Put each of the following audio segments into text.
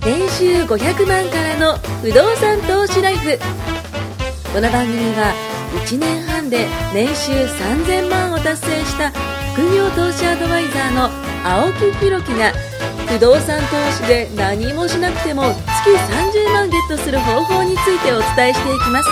年収500万からの不動産投資ライフ。この番組は1年半で年収3000万を達成した副業投資アドバイザーの青木弘樹が、不動産投資で何もしなくても月30万ゲットする方法についてお伝えしていきます。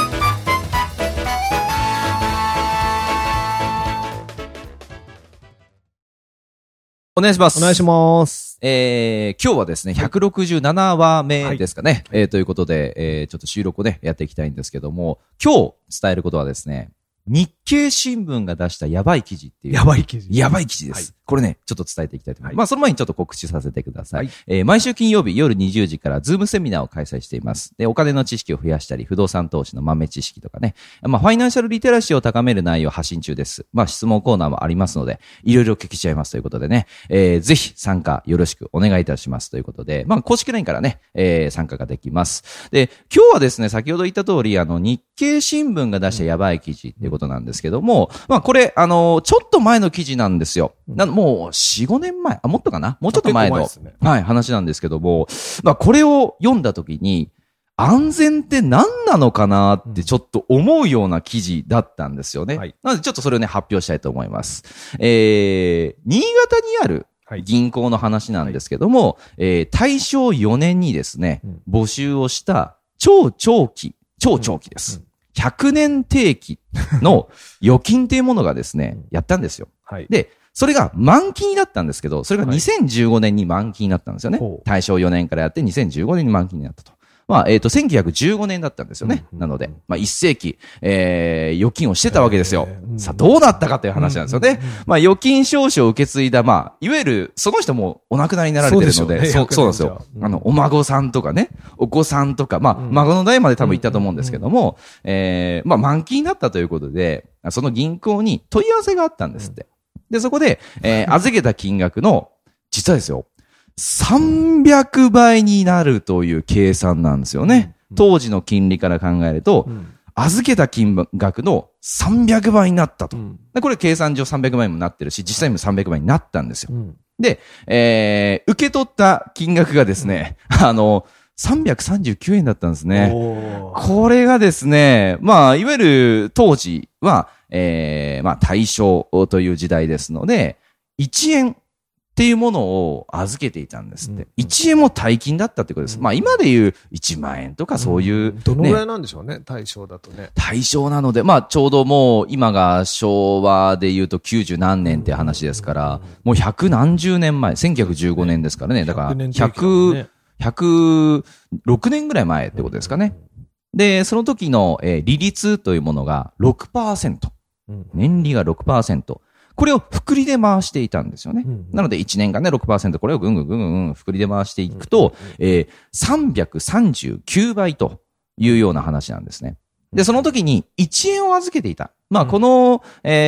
お願いします。 お願いします。 今日はですね、167話目ですかね。ということで、ちょっと収録をね、やっていきたいんですけども、今日伝えることはですね、日経新聞が出したやばい記事っていう。 やばい記事。 やばい記事です。はい、これね、ちょっと伝えていきたいと思います。まあ、その前にちょっと告知させてください。はい、毎週金曜日夜20時からズームセミナーを開催しています。で、お金の知識を増やしたり、不動産投資の豆知識とかね。まあ、ファイナンシャルリテラシーを高める内容を発信中です。まあ、質問コーナーもありますので、いろいろ聞きちゃいますということでね。ぜひ参加よろしくお願いいたしますということで、まあ、公式 LINE からね、参加ができます。で、今日はですね、先ほど言った通り、日経新聞が出したやばい記事っていうことなんですけども、まあこれ、ちょっと前の記事なんですよ。もう4、5年前、もっとかなもうちょっと前の、ね、はい、話なんですけども、まあこれを読んだときに、安全って何なのかなってちょっと思うような記事だったんですよね。はい、なのでちょっとそれをね、発表したいと思います。新潟にある銀行の話なんですけども、大正4年にですね、募集をした超長期です。100年定期の預金っていうものがですね、やったんですよ。はい、で、それが満期になったんですけど、それが2015年に満期になったんですよね。はい、大正4年からやって2015年に満期になったと。まあ、1915年だったんですよね。なので、まあ、1世紀、預金をしてたわけですよ。さあ、どうなったかという話なんですよね。まあ、預金証書を受け継いだ、まあ、いわゆる、その人もお亡くなりになられてるので、そうなんですよ。お孫さんとかね、お子さんとか、まあ、孫の代まで多分行ったと思うんですけども、まあ、満期になったということで、その銀行に問い合わせがあったんですって。で、そこで、預けた金額の、実はですよ、300倍になるという計算なんですよね。当時の金利から考えると、預けた金額の300倍になったと。これ計算上300倍にもなってるし、実際にも300倍になったんですよ。で、受け取った金額がですね、339円だったんですね。これがですね、まあ、いわゆる当時は、まあ、大正という時代ですので、1円っていうものを預けていたんですって。1円も大金だったってことです。まあ今でいう1万円とかそういう、 どのぐらいなんでしょうね、大正だとね。 大正なので、まあちょうどもう今が昭和でいうと90何年って話ですから、もう100何十年前、1915年ですからね。だから106年ぐらい前ってことですかね。で、その時の利率というものが 6%。年利が 6%。これを複利で回していたんですよね。なので1年間で 6%、これをぐんぐん複利で回していくと、339倍というような話なんですね。で、その時に1円を預けていた。まあ、この、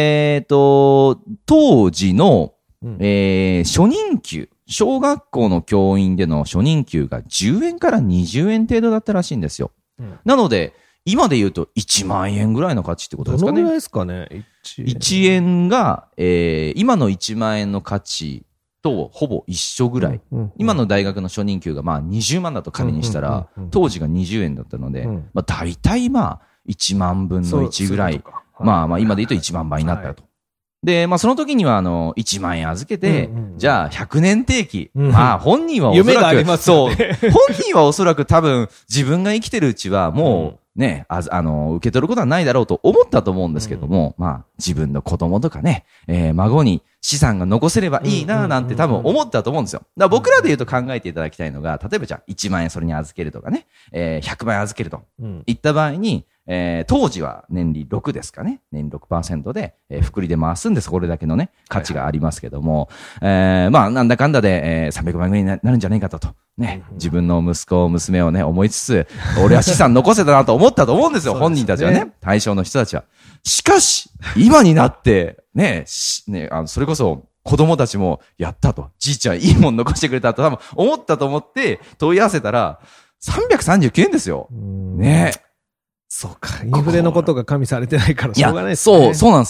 当時の、初任給、小学校の教員での初任給が10円から20円程度だったらしいんですよ。なので、今で言うと1万円ぐらいの価値ってことですかね。 どのぐらいですかね。 1円が、今の1万円の価値とほぼ一緒ぐらい。今の大学の初任給がまあ20万だと仮にしたら、当時が20円だったので、まあ大体まあ1万分の1ぐらい。まあ今で言うと1万倍になったと。で、まあその時には1万円預けて、じゃあ100年定期。まあ本人はおそらく、 夢がありますよね。 そう。本人はおそらく多分自分が生きてるうちはもう、ね、受け取ることはないだろうと思ったと思うんですけども、まあ、自分の子供とかね、孫に資産が残せればいいななんて多分思ったと思うんですよ。だから僕らで言うと考えていただきたいのが、例えばじゃあ1万円それに預けるとかね、100万円預けるといった場合に、当時は年利6ですかね。年利 6% で、複利で回すんです。これだけのね、価値がありますけども、まあ、なんだかんだで、300万円になるんじゃないかと。ね、自分の息子、娘をね、思いつつ、俺は資産残せたなと思ったと思うんですよ。本人たちはね。対象の人たちは。しかし、今になって、ね、それこそ、子供たちも、やったと。じいちゃんいいもん残してくれたと多分思ったと思って問い合わせたら、339円ですよ。ね。 そうか。インフレのことが加味されてないからしょうがないですね。 そうなんですよ。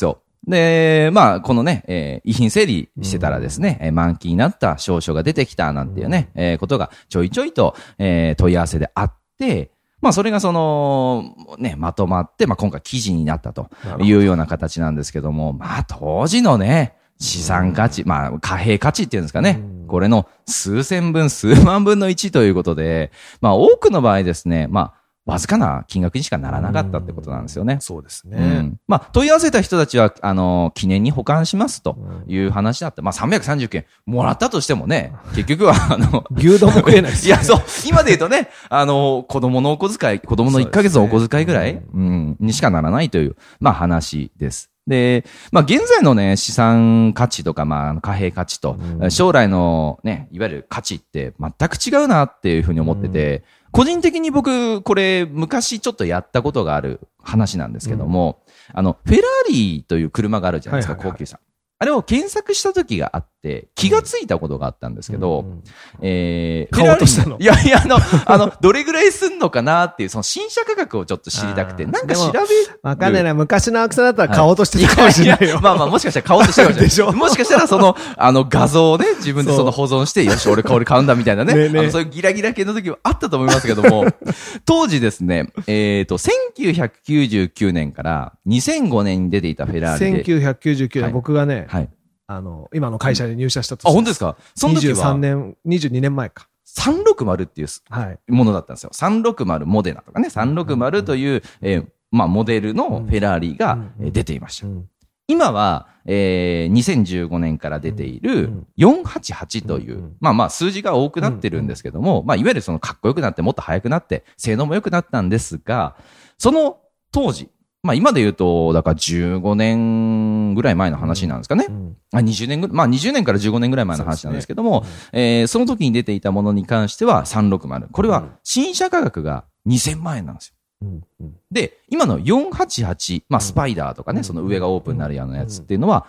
で、まあ、このね、遺品整理してたらですね、満期になった証書が出てきたなんていうね、ことがちょいちょいと、問い合わせであって、まあ、それがね、まとまって、まあ、今回記事になったというような形なんですけども、まあ、当時のね、資産価値、まあ、貨幣価値っていうんですかね。これの数千分、数万分の1ということで、まあ、多くの場合ですね、まあ、わずかな金額にしかならなかったってことなんですよね。 そうですね。 まあ、問い合わせた人たちは、記念に保管しますという話だった。まあ、330件もらったとしてもね、結局は、 牛丼も食えないですよ。いや、そう、今で言うとね、子供のお小遣い、子供の1ヶ月のお小遣いぐらい、にしかならないという、まあ、話です。で、まあ、現在のね、資産価値とか、まあ、貨幣価値と、将来のね、いわゆる価値って全く違うなっていうふうに思ってて、個人的に僕、これ、昔ちょっとやったことがある話なんですけども、フェラーリという車があるじゃないですか、高級車。あれを検索した時があって、気がついたことがあったんですけど、 買おうとしたの？ いやいや、どれぐらいすんのかなっていう、その新車価格をちょっと知りたくて、なんか調べる。 わかんないな、昔の青木さんだったら買おうとしてたかもしれないよ。 まあまあ、もしかしたら買おうとしてたかもしれない。もしかしたら画像をね、自分で保存して、よし、俺買うんだみたいなね。そういうギラギラ系の時はあったと思いますけども、当時ですね、1999年から2005年に出ていたフェラーリで。 1999年、僕がね、今の会社に入社したと。 あ、本当ですか？その時は 22年前か。 360っていうものだったんですよ。360モデナとかね、360という、まあ、モデルのフェラーリが出ていました。今は、2015年から出ている488という、まあまあ数字が多くなってるんですけども、まあいわゆるかっこよくなってもっと速くなって性能も良くなったんですが、その当時、まあ今で言うと、だから15年ぐらい前の話なんですかね。20年ぐらい、まあ20年から15年ぐらい前の話なんですけども、その時に出ていたものに関しては360。これは新車価格が2000万円なんですよ。で、今の488、まあスパイダーとかね、その上がオープンになるようなやつっていうのは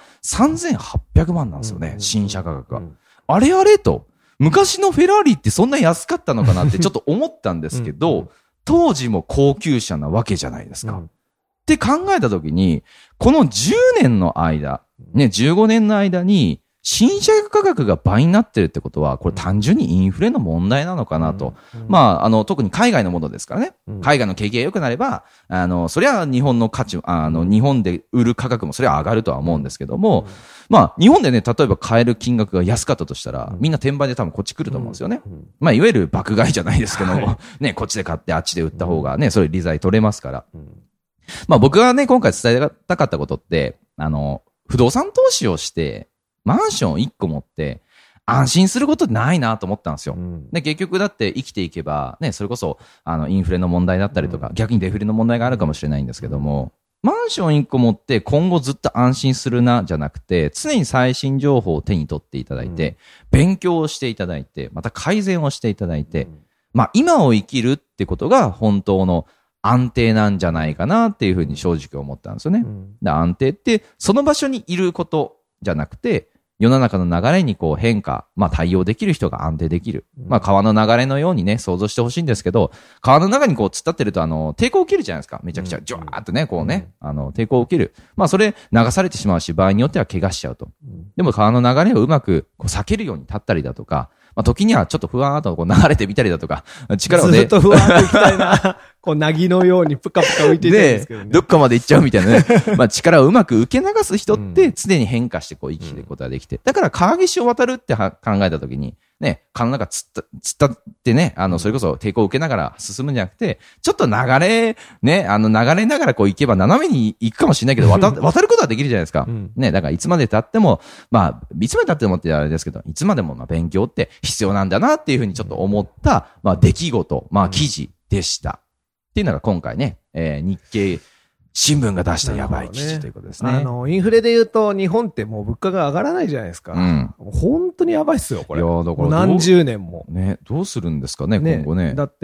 3800万なんですよね、新車価格が。あれあれと、昔のフェラーリってそんな安かったのかなってちょっと思ったんですけど、当時も高級車なわけじゃないですか。って考えたときに、この10年の間、ね、15年の間に、新車価格が倍になってるってことは、これ単純にインフレの問題なのかなと。まあ、特に海外のものですからね。海外の景気が良くなれば、そりゃ日本の価値、日本で売る価格もそりゃ上がるとは思うんですけども、まあ、日本でね、例えば買える金額が安かったとしたら、みんな転売で多分こっち来ると思うんですよね。まあ、いわゆる爆買いじゃないですけども、ね、こっちで買ってあっちで売った方がね、それ利罪取れますから。まあ僕がね、今回伝えたかったことって、不動産投資をして、マンション1個持って、安心することないなと思ったんですよ。で、結局だって生きていけば、ね、それこそ、インフレの問題だったりとか、逆にデフレの問題があるかもしれないんですけども、マンション1個持って今後ずっと安心するな、じゃなくて、常に最新情報を手に取っていただいて、勉強をしていただいて、また改善をしていただいて、まあ今を生きるってことが本当の安定なんじゃないかなっていうふうに正直思ったんですよね。で、安定ってその場所にいることじゃなくて、世の中の流れにこう変化、まあ対応できる人が安定できる。まあ川の流れのようにね、想像してほしいんですけど、川の中にこう突っ立ってると抵抗を受けるじゃないですか。めちゃくちゃジュワーっとね、こうね、抵抗を受ける。まあそれ流されてしまうし、場合によっては怪我しちゃうと。でも川の流れをうまくこう避けるように立ったりだとか、まあ時にはちょっとふわーっとこう流れてみたりだとか、力をね。 ずっとふわーっと行きたいな。こう、なぎのようにぷかぷか浮いていたんですけどね。 どっかまで行っちゃうみたいなね。まあ力をうまく受け流す人って常に変化してこう生きていくことができて。だから川岸を渡るって考えたときに、ね、川の中つったってね、それこそ抵抗を受けながら進むんじゃなくて、ちょっと流れ、ね、流れながらこう行けば斜めに行くかもしれないけど、渡ることはできるじゃないですか。ね、だからいつまで経っても、まあ、いつまで経ってもってあれですけど、いつまでもまあ勉強って必要なんだなっていうふうにちょっと思った、まあ出来事、まあ記事でした。っていうのが今回ね、日経新聞が出したやばい記事ということですね。 インフレで言うと日本ってもう物価が上がらないじゃないですか。本当にやばいっすよ、これ。いや、だから何十年も。 ね、どうするんですかね、今後ね。 だって、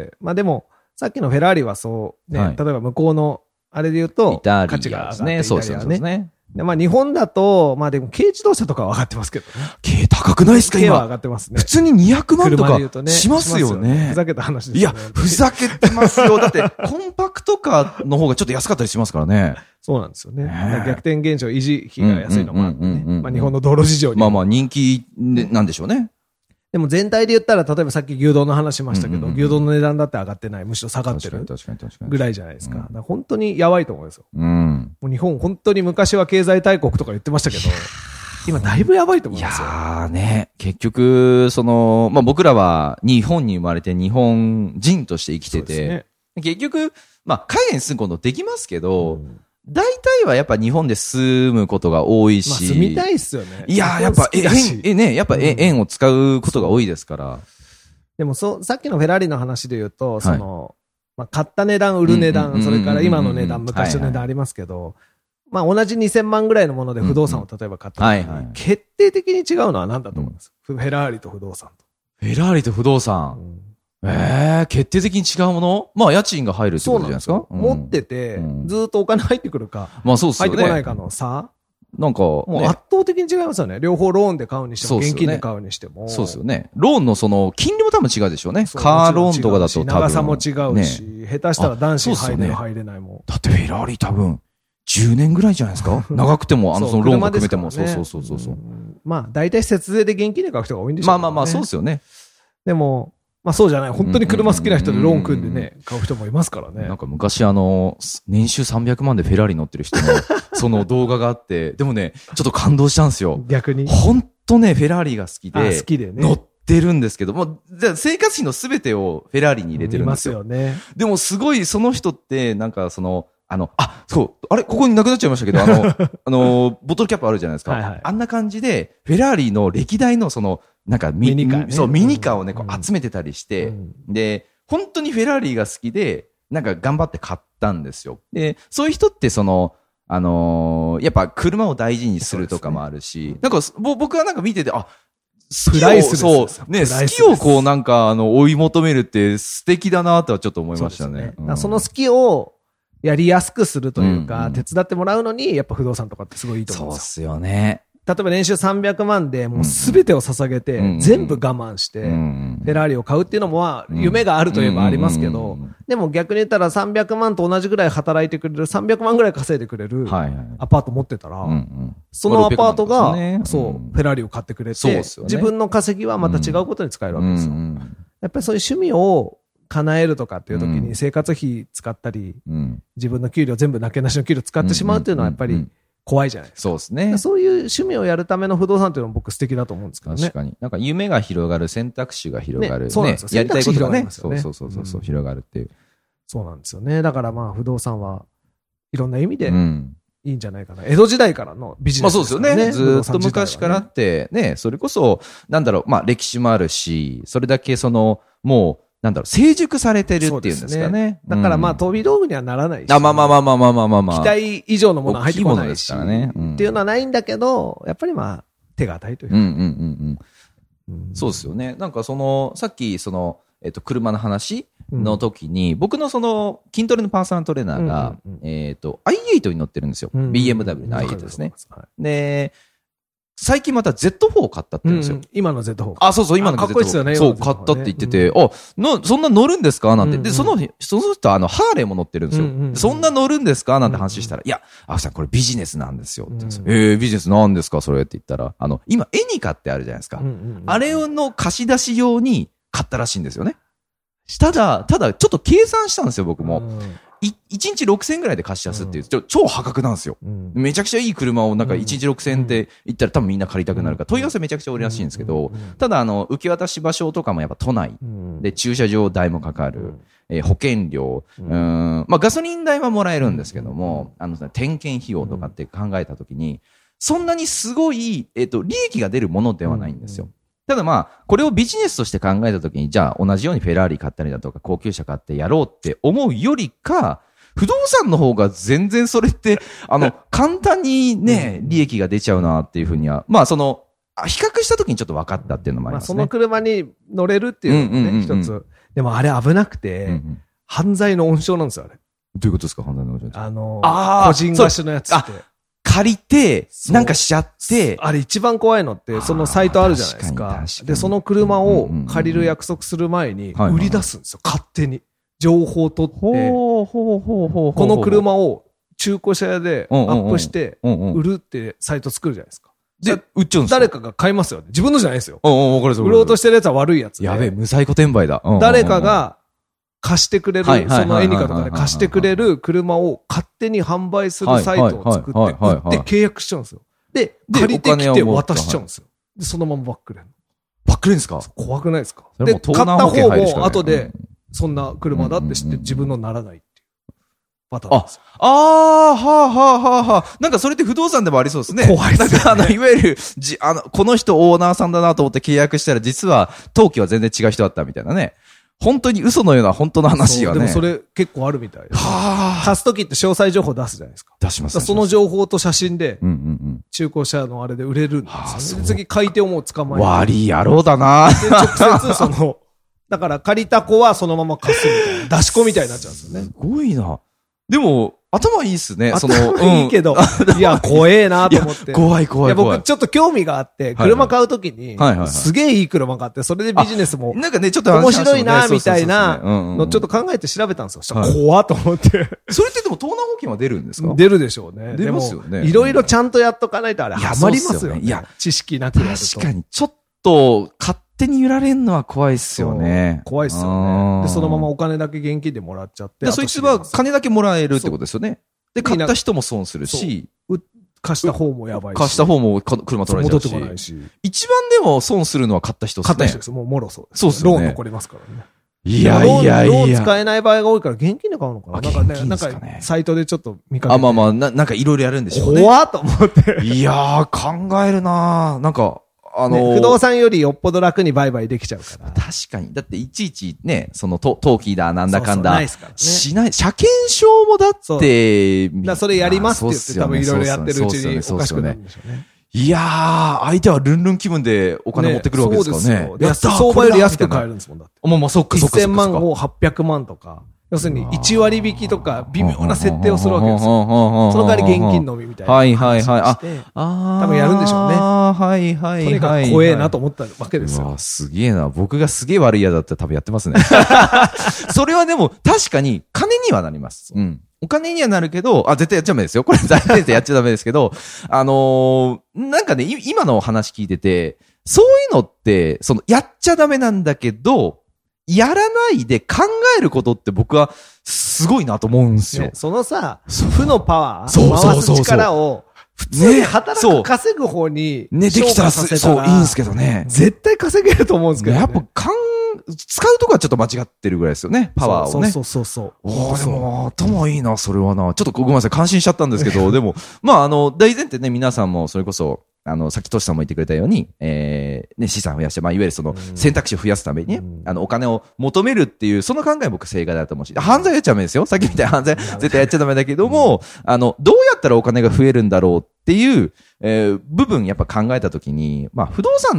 まあでも、さっきのフェラーリはそう、ね、例えば向こうの、あれで言うと、価値が上がってね、そうですね。 で、まあ日本だと、まあでも軽自動車とかは上がってますけどね。 軽高高くないですか今。 上がってますね。 普通に200万とかしますよね。 ふざけた話ですよね。いや、ふざけてますよ。だって、コンパクトカーの方がちょっと安かったりしますからね。 そうなんですよね。逆転現象維持費が安いのもあってね。まあ日本の道路事情に。 まあまあ人気なんでしょうね。 でも全体で言ったら、例えばさっき牛丼の話しましたけど、牛丼の値段だって上がってない。むしろ下がってる。ぐらいじゃないですか。だから本当にやばいと思うんですよ。もう日本本当に昔は経済大国とか言ってましたけど、今だいぶやばいと思いますよ。 いやーね、結局、まあ僕らは日本に生まれて日本人として生きてて、結局、まあ海外に住むことできますけど、大体はやっぱ日本で住むことが多いし。まあ住みたいっすよね。 いや、やっぱ円を使うことが多いですから。 でもさっきのフェラーリの話で言うと、まあ買った値段、売る値段、それから今の値段、昔の値段ありますけど、まあ同じ2000万ぐらいのもので不動産を例えば買った時に、決定的に違うのは何だと思います？フェラーリと不動産と。 フェラーリと不動産。決定的に違うもの？まあ家賃が入るってことじゃないですか？ 持ってて、ずっとお金入ってくるか、 まあそうっすよね。 入ってこないかの差？ なんか、 もう圧倒的に違いますよね。両方ローンで買うにしても、現金で買うにしても。 そうですよね。ローンの金利も多分違うでしょうね。カーローンとかだと多分。 長さも違うし、下手したら男子入れる入れないも。 だってフェラーリ多分、10年ぐらいじゃないですか？長くても、そのローンが組めても。そう。 まあ、大体節税で現金で買う人が多いんでしょうね。 まあ、そうですよね。 でも、まあそうじゃない。本当に車好きな人でローン組んでね、買う人もいますからね。 なんか昔年収300万でフェラーリ乗ってる人の、その動画があって、でもね、ちょっと感動したんですよ。 逆に。 本当ね、フェラーリが好きで、 ね、 乗ってるんですけど、もう、生活費のすべてをフェラーリに入れてるんですよ。 いますよね。 でもすごいその人って、なんかそう、ここになくなっちゃいましたけど、ボトルキャップあるじゃないですか。あんな感じで、フェラーリの歴代のなんかミニカーね。そう、ミニカーをね、集めてたりして、で、本当にフェラーリが好きで、なんか頑張って買ったんですよ。で、そういう人ってやっぱ車を大事にするとかもあるし、なんか、僕はなんか見てて、好きをこうなんか、追い求めるって素敵だなとはちょっと思いましたね。 その好きを、やりやすくするというか、手伝ってもらうのに、やっぱ不動産とかってすごいいいと思うんですよ。 そうっすよね。 例えば年収300万でもうすべてを捧げて、全部我慢して、フェラーリを買うっていうのも夢があるといえばありますけど、でも逆に言ったら300万と同じぐらい働いてくれる、300万ぐらい稼いでくれるアパート持ってたら、そのアパートが、そう、フェラーリを買ってくれて、自分の稼ぎはまた違うことに使えるわけですよ。やっぱりそういう趣味を叶えるとかっていう時に生活費使ったり、自分の給料全部なけなしの給料使ってしまうっていうのはやっぱり怖いじゃないですか。 そうですね。 そういう趣味をやるための不動産っていうのも僕素敵だと思うんですけどね。 確かに。なんか夢が広がる、選択肢が広がる。 そうなんですよ。 やりたいことがね。 そう、 広がるっていう。 そうなんですよね。だからまあ不動産はいろんな意味でいいんじゃないかな。江戸時代からのビジネスですよね。 まあそうですよね。ずっと昔からって、ね、それこそ、まあ歴史もあるし、それだけもう、成熟されてるっていうんですかね。 だからまあ飛び道具にはならないし。 まあ。 期待以上のものは入ってこないし。 からね。 っていうのはないんだけど、やっぱりまあ、手堅いというか。 そうですよね。なんかさっき車の話の時に、僕の筋トレのパーソナルトレーナーが、i8 に乗ってるんですよ。BMW の i8 ですね。で、最近また Z4 を買ったって言うんですよ。 今の Z4。 そう、今の Z4。 かっこいいですよね。 そう、買ったって言ってて、そんな乗るんですかなんて。で、その人ハーレーも乗ってるんですよ。そんな乗るんですかなんて話したら、いや、青木さんこれビジネスなんですよ。ビジネスなんですかそれって言ったら、今エニカってあるじゃないですか。あれの貸し出し用に買ったらしいんですよね。ただ、ちょっと計算したんですよ、僕も。1日6000円ぐらいで貸し出すっていう、超破格なんですよ。めちゃくちゃいい車をなんか1日6000円で言ったら多分みんな借りたくなるから、問い合わせめちゃくちゃ多いらしいんですけど、ただ受け渡し場所とかもやっぱ都内で駐車場代もかかる、保険料、まあガソリン代はもらえるんですけども、点検費用とかって考えたときに、そんなにすごい、利益が出るものではないんですよ。ただまあ、これをビジネスとして考えたときに、じゃあ同じようにフェラーリ買ったりだとか、高級車買ってやろうって思うよりか、不動産の方が全然それって、簡単にね、利益が出ちゃうなっていうふうには、まあ比較したときにちょっと分かったっていうのもありますね。 その車に乗れるっていうのもね、一つ。でもあれ危なくて、犯罪の温床なんですよ、あれ。 どういうことですか、犯罪の温床って。 個人貸しのやつって。 借りて、なんかしちゃって。 あれ一番怖いのって、そのサイトあるじゃないですか。で、その車を借りる約束する前に、売り出すんですよ、勝手に。情報を取って、この車を中古車屋でアップして、売るってサイト作るじゃないですか。 で、売っちゃうんですか？ 誰かが買いますよね。自分のじゃないですよ。 わかるぞ。 売ろうとしてるやつは悪いやつ。 やべえ、無在庫転売だ。 誰かが貸してくれる、そのエニカとかで貸してくれる車を勝手に販売するサイトを作って、売って契約しちゃうんですよ。で、借りてきて渡しちゃうんですよ。で、そのままバックレン。 バックレンですか？ 怖くないですか？で、買った方も後で、そんな車だって知って自分のならないっていうパターンですよ。 なんかそれって不動産でもありそうですね。 怖いですね。 なんかいわゆる、この人オーナーさんだなと思って契約したら実は登記は全然違う人だったみたいなね。本当に嘘のような本当の話がね。 でもそれ結構あるみたいです。貸すときって詳細情報出すじゃないですか。 出します。 その情報と写真で、中古車のあれで売れるんですよ。次買い手をもう捕まえて。 悪い野郎だな。 で、直接だから借りた子はそのまま貸すみたいな。出し子みたいになっちゃうんですよね。 すごいな。でも、頭いいっすね。 頭いいけど、いや、怖えなと思って。 怖い。 僕ちょっと興味があって、車買うときに、すげえいい車買って、それでビジネスも、 なんかね、ちょっと面白いな、みたいなのちょっと考えて調べたんですよ。したら怖っと思って。 それってでも盗難保険は出るんですか？ 出るでしょうね。 出ますよね。 いろいろちゃんとやっとかないとあれ、ハマりますよね。いや、知識なくなると。 確かに、ちょっと、勝手に揺られんのは怖いっすよね。 怖いっすよね。で、そのままお金だけ現金でもらっちゃって。 そいつは金だけもらえるってことですよね。で、買った人も損するし、 貸した方もやばいし。 貸した方も車取られちゃうし。戻ってこないし。一番でも損するのは買った人ですね。 買った人です。もうもろそうです。 そうですね。 ローン残りますからね。 いや。 ローン使えない場合が多いから現金で買うのかな？なんかサイトでちょっと見かけて。 なんかいろいろやるんでしょうね。 怖っと思って。 いやー、考えるなー。なんか、 不動産よりよっぽど楽に売買できちゃうから。 確かに。だっていちいちね、登記だ、なんだかんだ。 ないですからね。 しない。車検証もだって、 それやりますって言って多分いろいろやってるうちにおかしくなるんでしょうね。 いやー、相手はルンルン気分でお金持ってくるわけですからね。 そうですよ。相場より安く買えるんですもんだって。 そっか。 1000万を800万とか。要するに1割引きとか微妙な設定をするわけですよ。その代わり現金のみみたいな。 はい。 多分やるんでしょうね。とにかく怖えなと思ったわけですよ。 すげえな。僕がすげえ悪いやだったら多分やってますね。それはでも確かに金にはなります。お金にはなるけど、絶対やっちゃダメですよ。これ大前提やっちゃダメですけど、なんかね、今の話聞いてて、そういうのって、やっちゃダメなんだけど、やらないで考えることって僕はすごいなと思うんですよ。 そのさ、負のパワー、回す力を、普通に働く、稼ぐ方に、 ね、できたらそう、いいんですけどね。 絶対稼げると思うんですけどね。 やっぱ使うとこはちょっと間違ってるぐらいですよね。パワーをね。 そう。 でも、頭いいな、それはな。ちょっとごめんなさい、感心しちゃったんですけど、でも、大前提ね、皆さんもそれこそ、さっきトシさんも言ってくれたように、資産を増やして、いわゆる選択肢を増やすためにね、お金を求めるっていう、その考え僕正解だと思うし、犯罪やっちゃダメですよ。さっきみたいな犯罪、絶対やっちゃダメだけども、どうやったらお金が増えるんだろうっていう、部分やっぱ考えたときに、不動産って、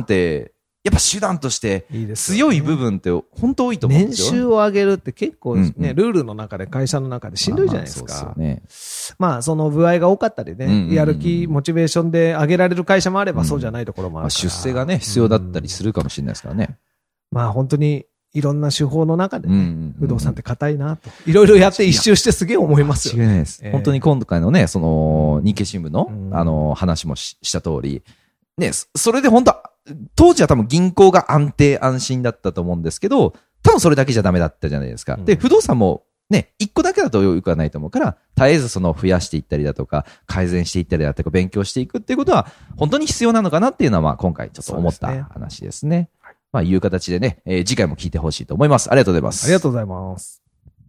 やっぱ手段として強い部分って本当多いと思うんですよ。 年収を上げるって結構ね、ルールの中で会社の中でしんどいじゃないですか。そうですよね。その歩合が多かったりね、やる気、モチベーションで上げられる会社もあればそうじゃないところもあるから。 出世がね、必要だったりするかもしれないですからね。 本当にいろんな手法の中でね、不動産って硬いなと。いろいろやって一周してすげえ思いますよ。 違いないです。本当に今回のね、日経新聞の話もした通り、ね、それで本当当時は多分銀行が安定安心だったと思うんですけど、多分それだけじゃダメだったじゃないですか。で、不動産もね、一個だけだとよくはないと思うから、絶えず増やしていったりだとか、改善していったりだとか、勉強していくっていうことは、本当に必要なのかなっていうのは、今回ちょっと思った話ですね。いう形でね、次回も聞いてほしいと思います。ありがとうございます。 ありがとうございます。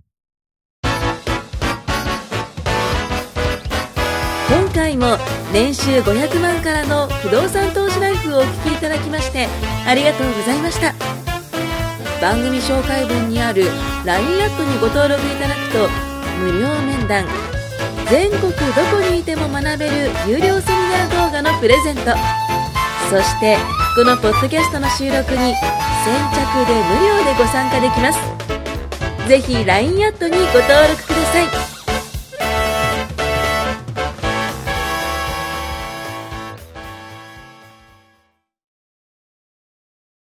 今回も年収500万からの不動産投資ライフをお聞きいただきましてありがとうございました。番組紹介文にある LINE アットにご登録いただくと無料面談、全国どこにいても学べる有料セミナー動画のプレゼント、そしてこのポッドキャストの収録に先着で無料でご参加できます。ぜひ LINE アットにご登録ください。